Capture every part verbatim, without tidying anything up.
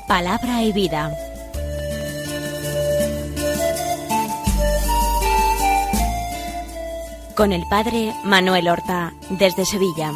Palabra y vida. Con el padre Manuel Horta, desde Sevilla.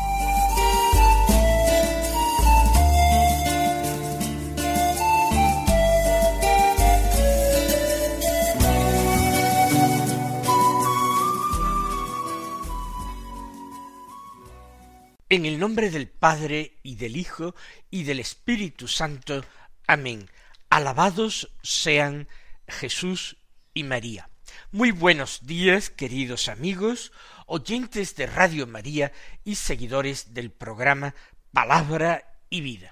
En el nombre del Padre, y del Hijo, y del Espíritu Santo. Amén. Alabados sean Jesús y María. Muy buenos días, queridos amigos, oyentes de Radio María y seguidores del programa Palabra y Vida.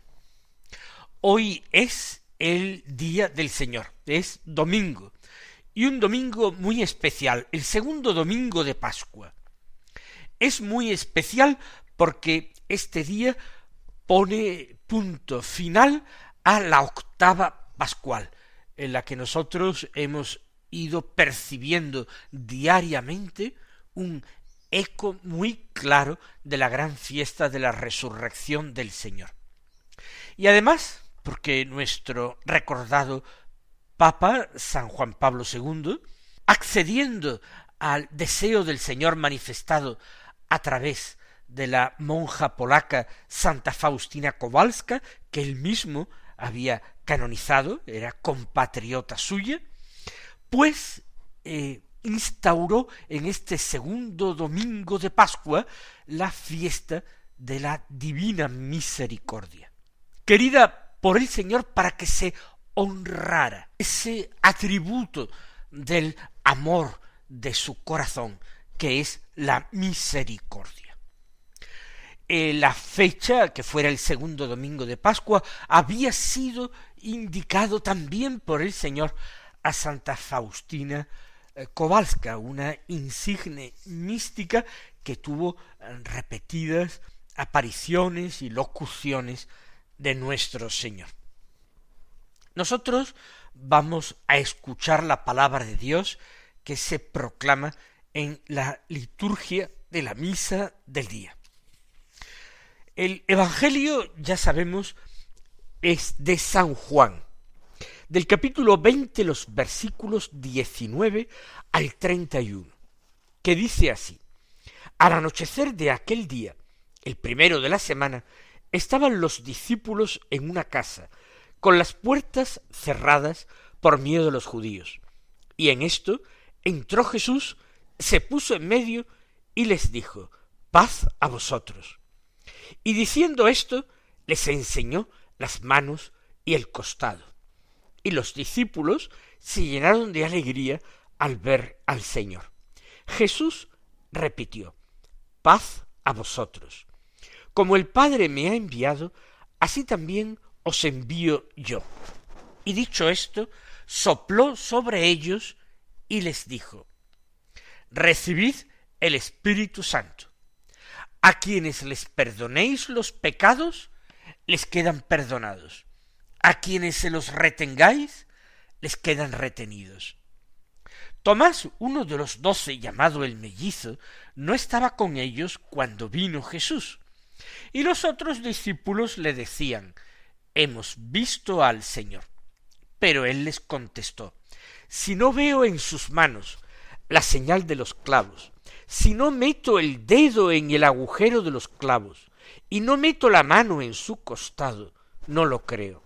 Hoy es el Día del Señor, es domingo, y un domingo muy especial, el segundo domingo de Pascua. Es muy especial porque este día pone punto final a la octava pascual, en la que nosotros hemos ido percibiendo diariamente un eco muy claro de la gran fiesta de la resurrección del Señor. Y además, porque nuestro recordado Papa San Juan Pablo segundo, accediendo al deseo del Señor manifestado a través de la monja polaca Santa Faustina Kowalska, que él mismo había canonizado, era compatriota suya, pues eh, instauró en este segundo domingo de Pascua la fiesta de la Divina Misericordia, querida por el Señor para que se honrara ese atributo del amor de su corazón, que es la misericordia. Eh, la fecha, que fuera el segundo domingo de Pascua, había sido indicado también por el Señor a Santa Faustina eh, Kowalska, una insigne mística que tuvo eh, repetidas apariciones y locuciones de nuestro Señor. Nosotros vamos a escuchar la palabra de Dios que se proclama en la liturgia de la misa del día. El Evangelio, ya sabemos, es de San Juan, del capítulo veinte, los versículos diecinueve al treinta y uno, que dice así: Al anochecer de aquel día, el primero de la semana, estaban los discípulos en una casa, con las puertas cerradas por miedo de los judíos. Y en esto entró Jesús, se puso en medio y les dijo: paz a vosotros. Y diciendo esto, les enseñó las manos y el costado. Y los discípulos se llenaron de alegría al ver al Señor. Jesús repitió: paz a vosotros. Como el Padre me ha enviado, así también os envío yo. Y dicho esto, sopló sobre ellos y les dijo: recibid el Espíritu Santo. A quienes les perdonéis los pecados, les quedan perdonados. A quienes se los retengáis, les quedan retenidos. Tomás, uno de los doce, llamado el mellizo, no estaba con ellos cuando vino Jesús. Y los otros discípulos le decían: hemos visto al Señor. Pero él les contestó: si no veo en sus manos la señal de los clavos, si no meto el dedo en el agujero de los clavos, y no meto la mano en su costado, no lo creo.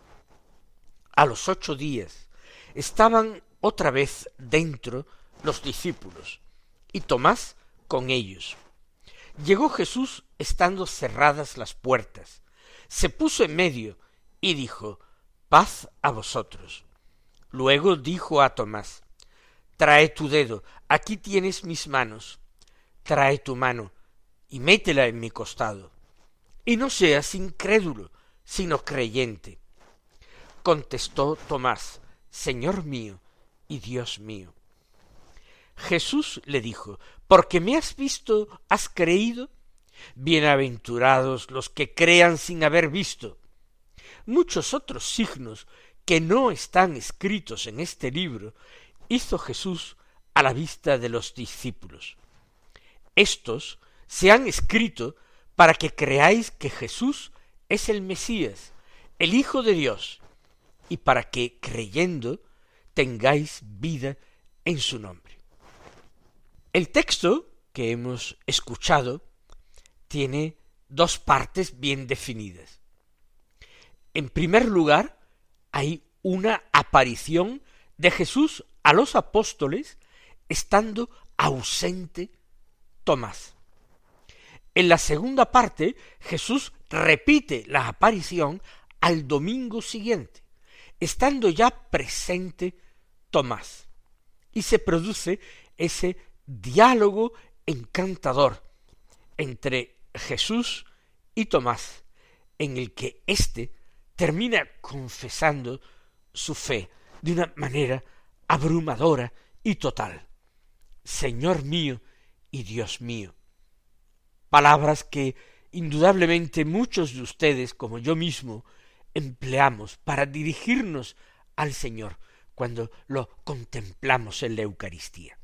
A los ocho días estaban otra vez dentro los discípulos, y Tomás con ellos. Llegó Jesús estando cerradas las puertas, se puso en medio y dijo: paz a vosotros. Luego dijo a Tomás: trae tu dedo, aquí tienes mis manos. Trae tu mano y métela en mi costado. Y no seas incrédulo, sino creyente. Contestó Tomás: Señor mío y Dios mío. Jesús le dijo: porque me has visto, ¿has creído? Bienaventurados los que crean sin haber visto. Muchos otros signos que no están escritos en este libro hizo Jesús a la vista de los discípulos. Estos se han escrito para que creáis que Jesús es el Mesías, el Hijo de Dios, y para que, creyendo, tengáis vida en su nombre. El texto que hemos escuchado tiene dos partes bien definidas. En primer lugar, hay una aparición de Jesús a los apóstoles estando ausente Tomás. En la segunda parte, Jesús repite la aparición al domingo siguiente, estando ya presente Tomás, y se produce ese diálogo encantador entre Jesús y Tomás, en el que éste termina confesando su fe de una manera abrumadora y total. Señor mío y Dios mío. Palabras que indudablemente muchos de ustedes, como yo mismo, empleamos para dirigirnos al Señor cuando lo contemplamos en la Eucaristía.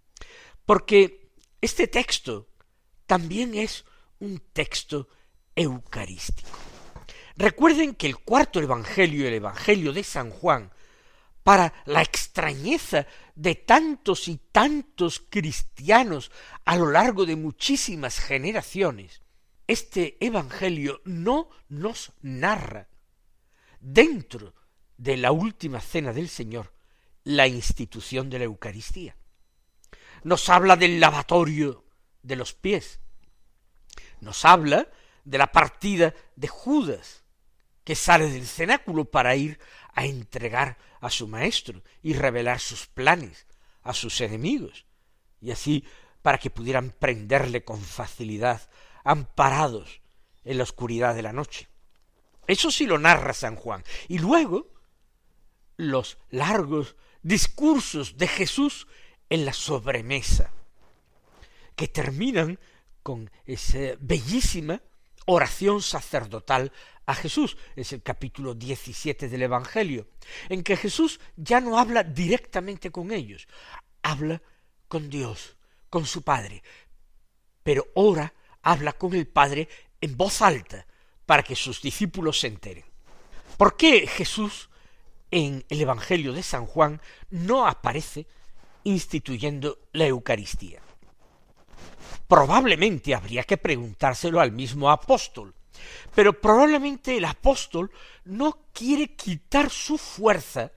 Porque este texto también es un texto eucarístico. Recuerden que el cuarto evangelio, el evangelio de San Juan, para la extrañeza de tantos y tantos cristianos a lo largo de muchísimas generaciones, este evangelio no nos narra, dentro de la última cena del Señor, la institución de la Eucaristía. Nos habla del lavatorio de los pies, nos habla de la partida de Judas, que sale del cenáculo para ir a entregar a su maestro y revelar sus planes a sus enemigos, y así para que pudieran prenderle con facilidad, amparados en la oscuridad de la noche. Eso sí lo narra San Juan. Y luego, los largos discursos de Jesús en la sobremesa, que terminan con esa bellísima oración sacerdotal a Jesús. Es el capítulo diecisiete del Evangelio, en que Jesús ya no habla directamente con ellos, habla con Dios, con su Padre, pero ora, habla con el Padre en voz alta, para que sus discípulos se enteren. ¿Por qué Jesús en el Evangelio de San Juan no aparece instituyendo la Eucaristía? Probablemente habría que preguntárselo al mismo apóstol, pero probablemente el apóstol no quiere quitar su fuerza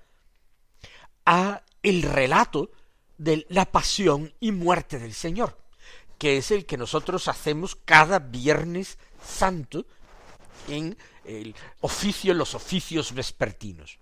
a el relato de la pasión y muerte del Señor, que es el que nosotros hacemos cada Viernes Santo en el oficio, en los oficios vespertinos.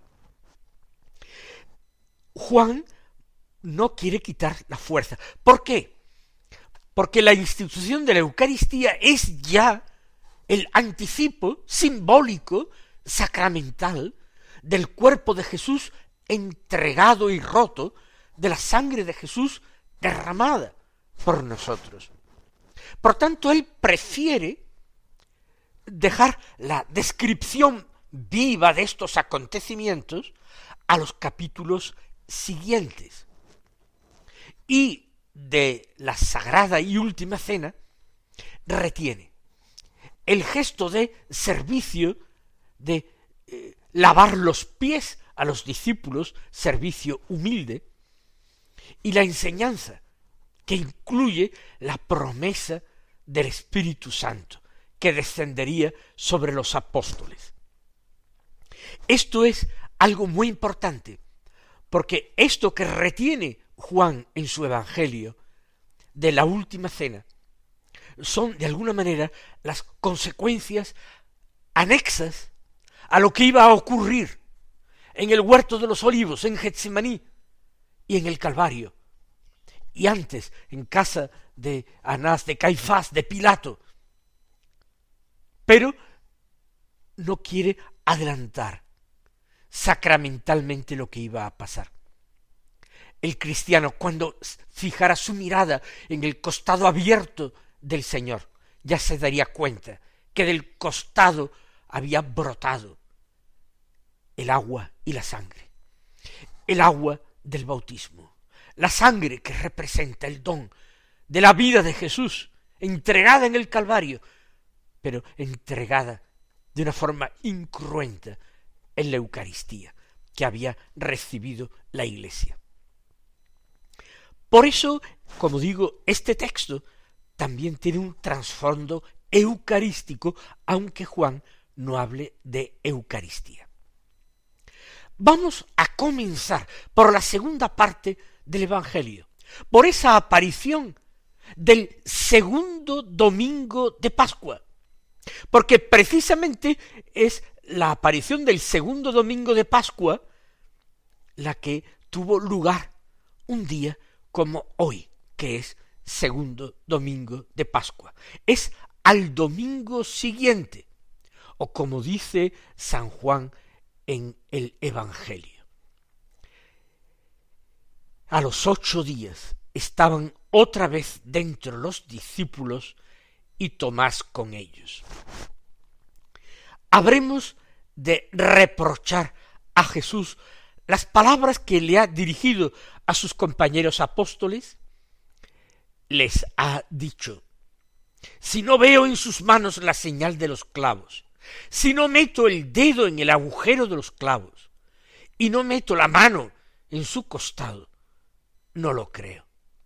Juan no quiere quitar la fuerza. ¿Por qué? Porque la institución de la Eucaristía es ya el anticipo simbólico, sacramental, del cuerpo de Jesús entregado y roto, de la sangre de Jesús derramada por nosotros. Por tanto, él prefiere dejar la descripción viva de estos acontecimientos a los capítulos siguientes. Y de la sagrada y última cena retiene el gesto de servicio, de eh, lavar los pies a los discípulos, servicio humilde, y la enseñanza que incluye la promesa del Espíritu Santo que descendería sobre los apóstoles. Esto es algo muy importante, porque esto que retiene Juan en su Evangelio de la última cena son de alguna manera las consecuencias anexas a lo que iba a ocurrir en el huerto de los olivos, en Getsemaní y en el Calvario, y antes en casa de Anás, de Caifás, de Pilato. Pero no quiere adelantar sacramentalmente lo que iba a pasar. El cristiano, cuando fijara su mirada en el costado abierto del Señor, ya se daría cuenta que del costado había brotado el agua y la sangre. El agua del bautismo, la sangre que representa el don de la vida de Jesús, entregada en el Calvario, pero entregada de una forma incruenta en la Eucaristía, que había recibido la Iglesia. Por eso, como digo, este texto también tiene un trasfondo eucarístico, aunque Juan no hable de Eucaristía. Vamos a comenzar por la segunda parte del Evangelio, por esa aparición del segundo domingo de Pascua, porque precisamente es la aparición del segundo domingo de Pascua la que tuvo lugar un día como hoy, que es segundo domingo de Pascua. Es al domingo siguiente, o como dice San Juan en el Evangelio. A los ocho días estaban otra vez dentro los discípulos y Tomás con ellos. Habremos de reprochar a Jesús las palabras que le ha dirigido a sus compañeros apóstoles. Les ha dicho: si no veo en sus manos la señal de los clavos, si no meto el dedo en el agujero de los clavos, y no meto la mano en su costado, no lo creo.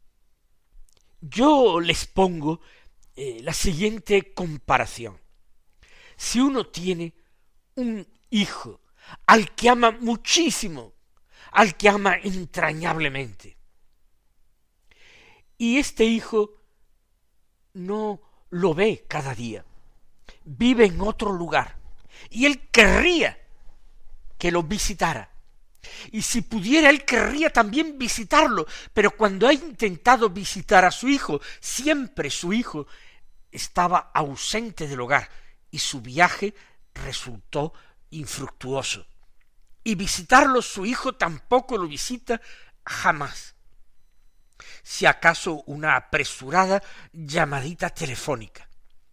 Yo les pongo eh, la siguiente comparación. Si uno tiene un hijo al que ama muchísimo, al que ama entrañablemente, y este hijo no lo ve cada día, vive en otro lugar, y él querría que lo visitara, y si pudiera él querría también visitarlo, pero cuando ha intentado visitar a su hijo, siempre su hijo estaba ausente del hogar, y su viaje resultó infructuoso, y visitarlo su hijo tampoco lo visita jamás. Si acaso una apresurada llamadita telefónica.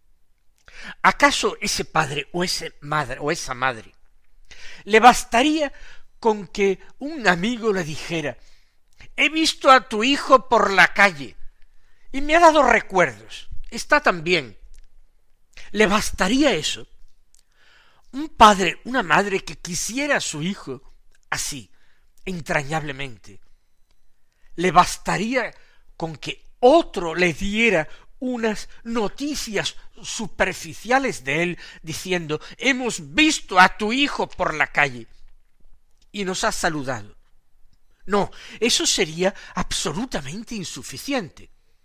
¿Acaso ese padre o ese madre o esa madre le bastaría con que un amigo le dijera: he visto a tu hijo por la calle y me ha dado recuerdos, está tan bien? ¿Le bastaría eso? Un padre, una madre que quisiera a su hijo así, entrañablemente, ¿le bastaría con que otro le diera unas noticias superficiales de él, diciendo: hemos visto a tu hijo por la calle y nos ha saludado? No, eso sería absolutamente insuficiente.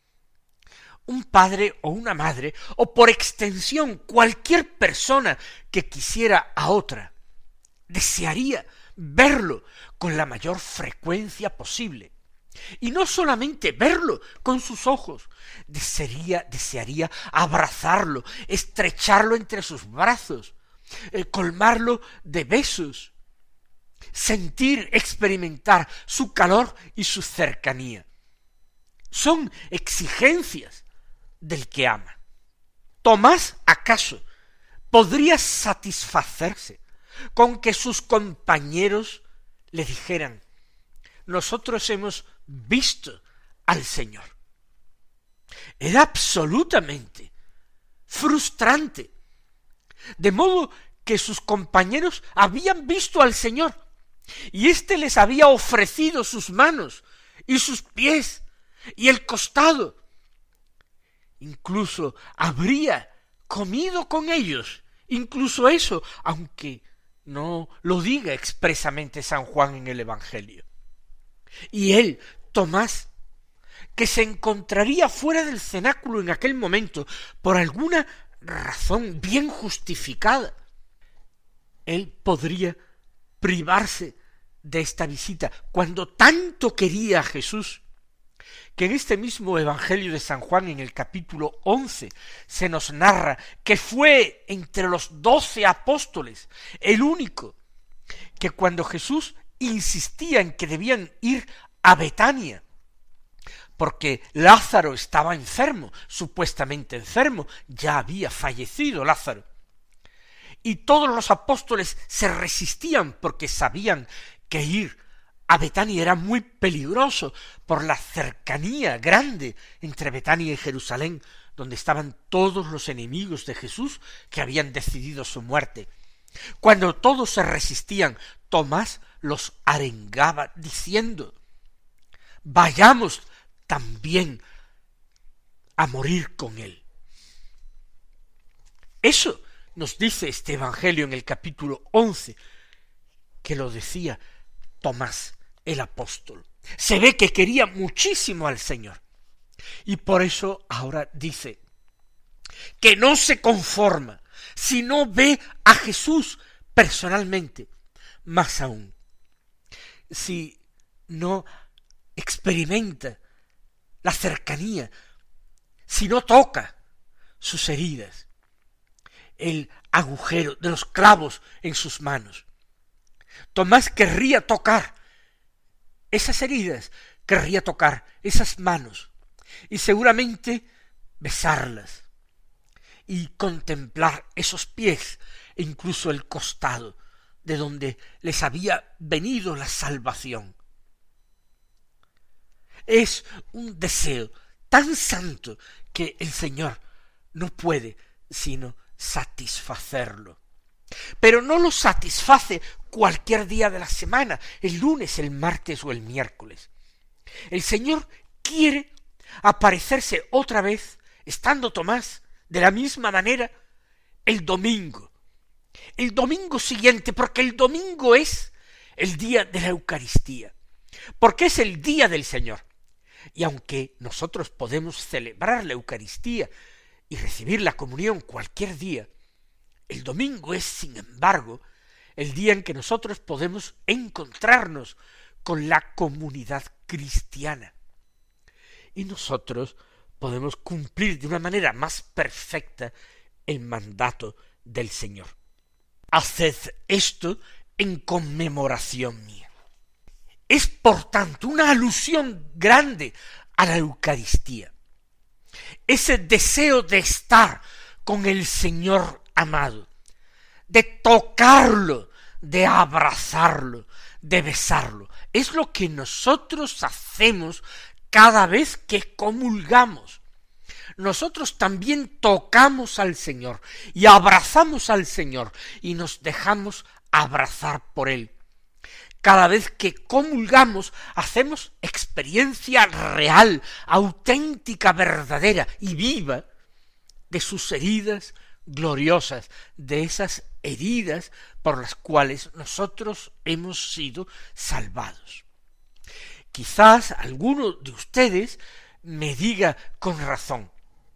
Un padre o una madre, o por extensión cualquier persona que quisiera a otra, desearía verlo con la mayor frecuencia posible. Y no solamente verlo con sus ojos, desearía, desearía abrazarlo, estrecharlo entre sus brazos, eh, colmarlo de besos, sentir, experimentar su calor y su cercanía. Son exigencias del que ama. Tomás, ¿acaso podría satisfacerse con que sus compañeros le dijeran: nosotros hemos visto al Señor? Era absolutamente frustrante, de modo que sus compañeros habían visto al Señor, y éste les había ofrecido sus manos y sus pies y el costado. Incluso habría comido con ellos, incluso eso, aunque no lo diga expresamente San Juan en el Evangelio. Y él, Tomás, que se encontraría fuera del cenáculo en aquel momento por alguna razón bien justificada, él podría privarse de esta visita cuando tanto quería a Jesús, que en este mismo Evangelio de San Juan, en el capítulo once, se nos narra que fue entre los doce apóstoles el único que cuando Jesús insistía en que debían ir a Betania, porque Lázaro estaba enfermo, supuestamente enfermo, ya había fallecido Lázaro, y todos los apóstoles se resistían porque sabían que ir a Betania era muy peligroso por la cercanía grande entre Betania y Jerusalén, donde estaban todos los enemigos de Jesús que habían decidido su muerte. Cuando todos se resistían, Tomás los arengaba diciendo: vayamos también a morir con él. Eso nos dice este Evangelio en el capítulo once, que lo decía Tomás el apóstol. Se ve que quería muchísimo al Señor, y por eso ahora dice que no se conforma, sino ve a Jesús personalmente. Más aún, si no experimenta la cercanía, si no toca sus heridas, el agujero de los clavos en sus manos, Tomás querría tocar esas heridas, querría tocar esas manos y seguramente besarlas y contemplar esos pies e incluso el costado de donde les había venido la salvación. Es un deseo tan santo que el Señor no puede sino satisfacerlo. Pero no lo satisface cualquier día de la semana, el lunes, el martes o el miércoles. El Señor quiere aparecerse otra vez, estando Tomás, de la misma manera, el domingo. El domingo siguiente, porque el domingo es el día de la Eucaristía, porque es el día del Señor. Y aunque nosotros podemos celebrar la Eucaristía y recibir la comunión cualquier día, el domingo es, sin embargo, el día en que nosotros podemos encontrarnos con la comunidad cristiana. Y nosotros podemos cumplir de una manera más perfecta el mandato del Señor. Haced esto en conmemoración mía. Es, por tanto, una alusión grande a la Eucaristía. Ese deseo de estar con el Señor amado, de tocarlo, de abrazarlo, de besarlo, es lo que nosotros hacemos cada vez que comulgamos. Nosotros también tocamos al Señor y abrazamos al Señor y nos dejamos abrazar por Él. Cada vez que comulgamos hacemos experiencia real, auténtica, verdadera y viva de sus heridas gloriosas, de esas heridas por las cuales nosotros hemos sido salvados. Quizás alguno de ustedes me diga con razón,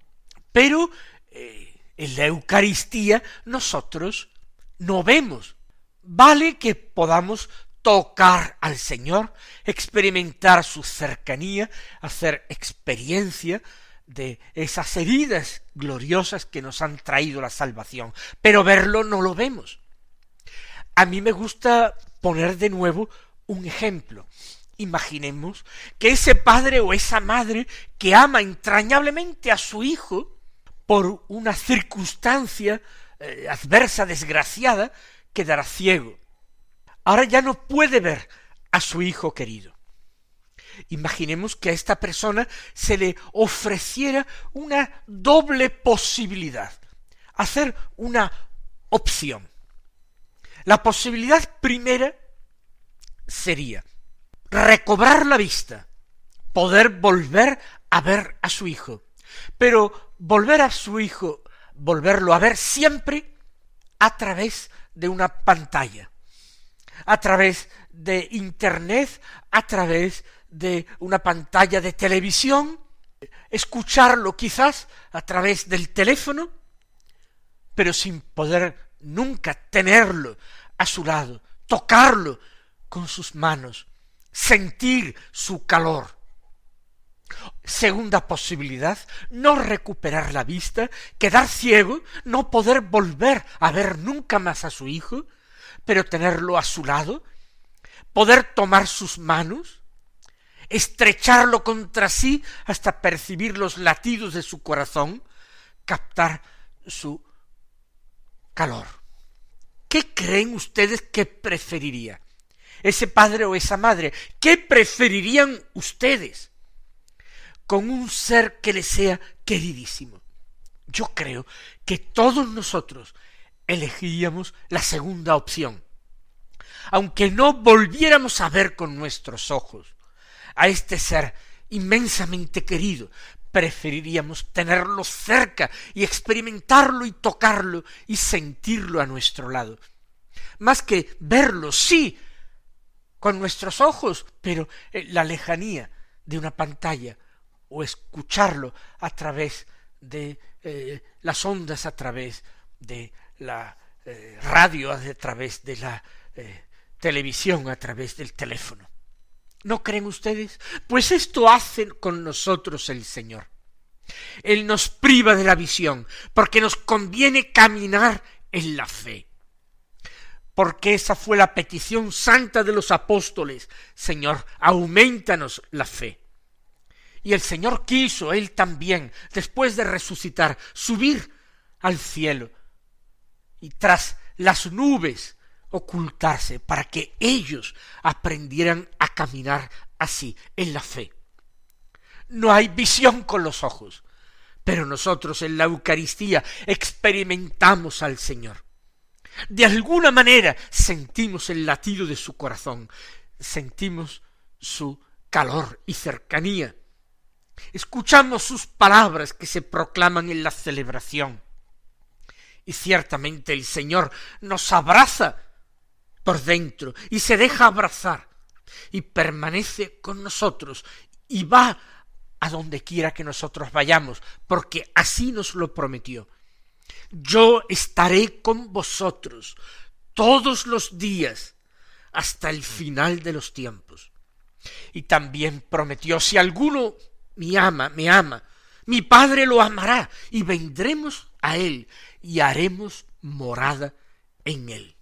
pero eh, en la Eucaristía nosotros no vemos. Vale que podamos tocar al Señor, experimentar su cercanía, hacer experiencia de esas heridas gloriosas que nos han traído la salvación, pero verlo no lo vemos. A mí me gusta poner de nuevo un ejemplo. Imaginemos que ese padre o esa madre que ama entrañablemente a su hijo, por una circunstancia eh, adversa, desgraciada, quedará ciego. Ahora ya no puede ver a su hijo querido. Imaginemos que a esta persona se le ofreciera una doble posibilidad, hacer una opción. La posibilidad primera sería recobrar la vista, poder volver a ver a su hijo, pero volver a su hijo, volverlo a ver siempre a través de una pantalla, a través de internet, a través de una pantalla de televisión, escucharlo quizás a través del teléfono, pero sin poder nunca tenerlo a su lado, tocarlo con sus manos, sentir su calor. Segunda posibilidad, no recuperar la vista, quedar ciego, no poder volver a ver nunca más a su hijo, pero tenerlo a su lado, poder tomar sus manos, estrecharlo contra sí hasta percibir los latidos de su corazón, captar su calor. ¿Qué creen ustedes que preferiría ese padre o esa madre? ¿Qué preferirían ustedes con un ser que les sea queridísimo? Yo creo que todos nosotros elegiríamos la segunda opción. aunque no volviéramos a ver con nuestros ojos a este ser inmensamente querido, preferiríamos tenerlo cerca y experimentarlo y tocarlo y sentirlo a nuestro lado, más que verlo, sí, con nuestros ojos, pero en la lejanía de una pantalla, o escucharlo a través de eh, las ondas, a través de la eh, radio, a través de la eh, televisión, a través del teléfono. ¿No creen ustedes? Pues esto hace con nosotros el Señor. Él nos priva de la visión, porque nos conviene caminar en la fe. Porque esa fue la petición santa de los apóstoles: Señor, aumentanos la fe. Y el Señor quiso, Él también, después de resucitar, subir al cielo y tras las nubes ocultarse, para que ellos aprendieran a caminar así, en la fe. No hay visión con los ojos, pero nosotros en la Eucaristía experimentamos al Señor. De alguna manera sentimos el latido de su corazón, sentimos su calor y cercanía, escuchamos sus palabras que se proclaman en la celebración, y ciertamente el Señor nos abraza por dentro y se deja abrazar y permanece con nosotros y va a donde quiera que nosotros vayamos, porque así nos lo prometió. Yo estaré con vosotros todos los días hasta el final de los tiempos. Y también prometió: si alguno me ama, me ama, mi Padre lo amará, y vendremos a él y haremos morada en él.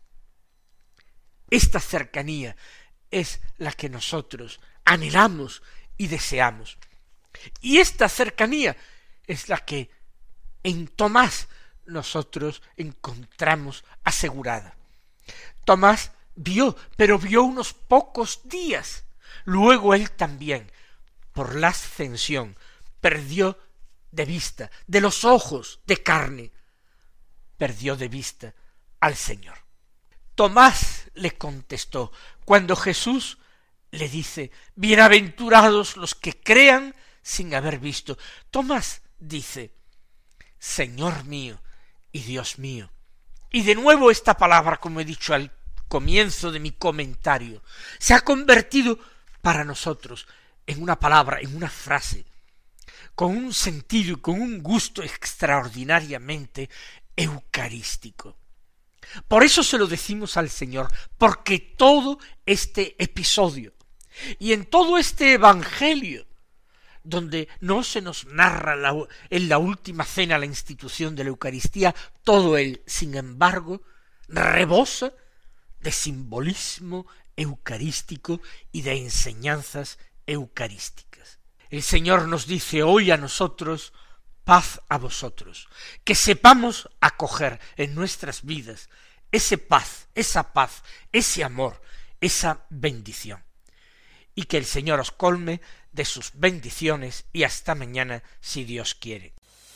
Esta cercanía es la que nosotros anhelamos y deseamos. Y esta cercanía es la que en Tomás nosotros encontramos asegurada. Tomás vio, pero vio unos pocos días. Luego él también, por la ascensión, perdió de vista, de los ojos de carne, perdió de vista al Señor. Tomás le contestó cuando Jesús le dice: bienaventurados los que crean sin haber visto. Tomás dice: Señor mío y Dios mío. Y de nuevo esta palabra, como he dicho al comienzo de mi comentario, se ha convertido para nosotros en una palabra, en una frase, con un sentido y con un gusto extraordinariamente eucarístico. Por eso se lo decimos al Señor, porque todo este episodio y en todo este evangelio, donde no se nos narra la, en la última cena la institución de la Eucaristía, todo él, sin embargo, rebosa de simbolismo eucarístico y de enseñanzas eucarísticas. El Señor nos dice hoy a nosotros: paz a vosotros, que sepamos acoger en nuestras vidas ese paz, esa paz, ese amor, esa bendición. Y que el Señor os colme de sus bendiciones, y hasta mañana, si Dios quiere.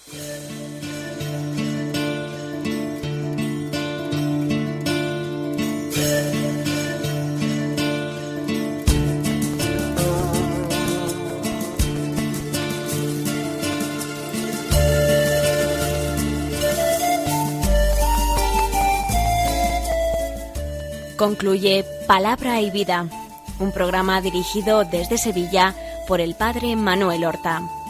Concluye Palabra y Vida, un programa dirigido desde Sevilla por el padre Manuel Horta.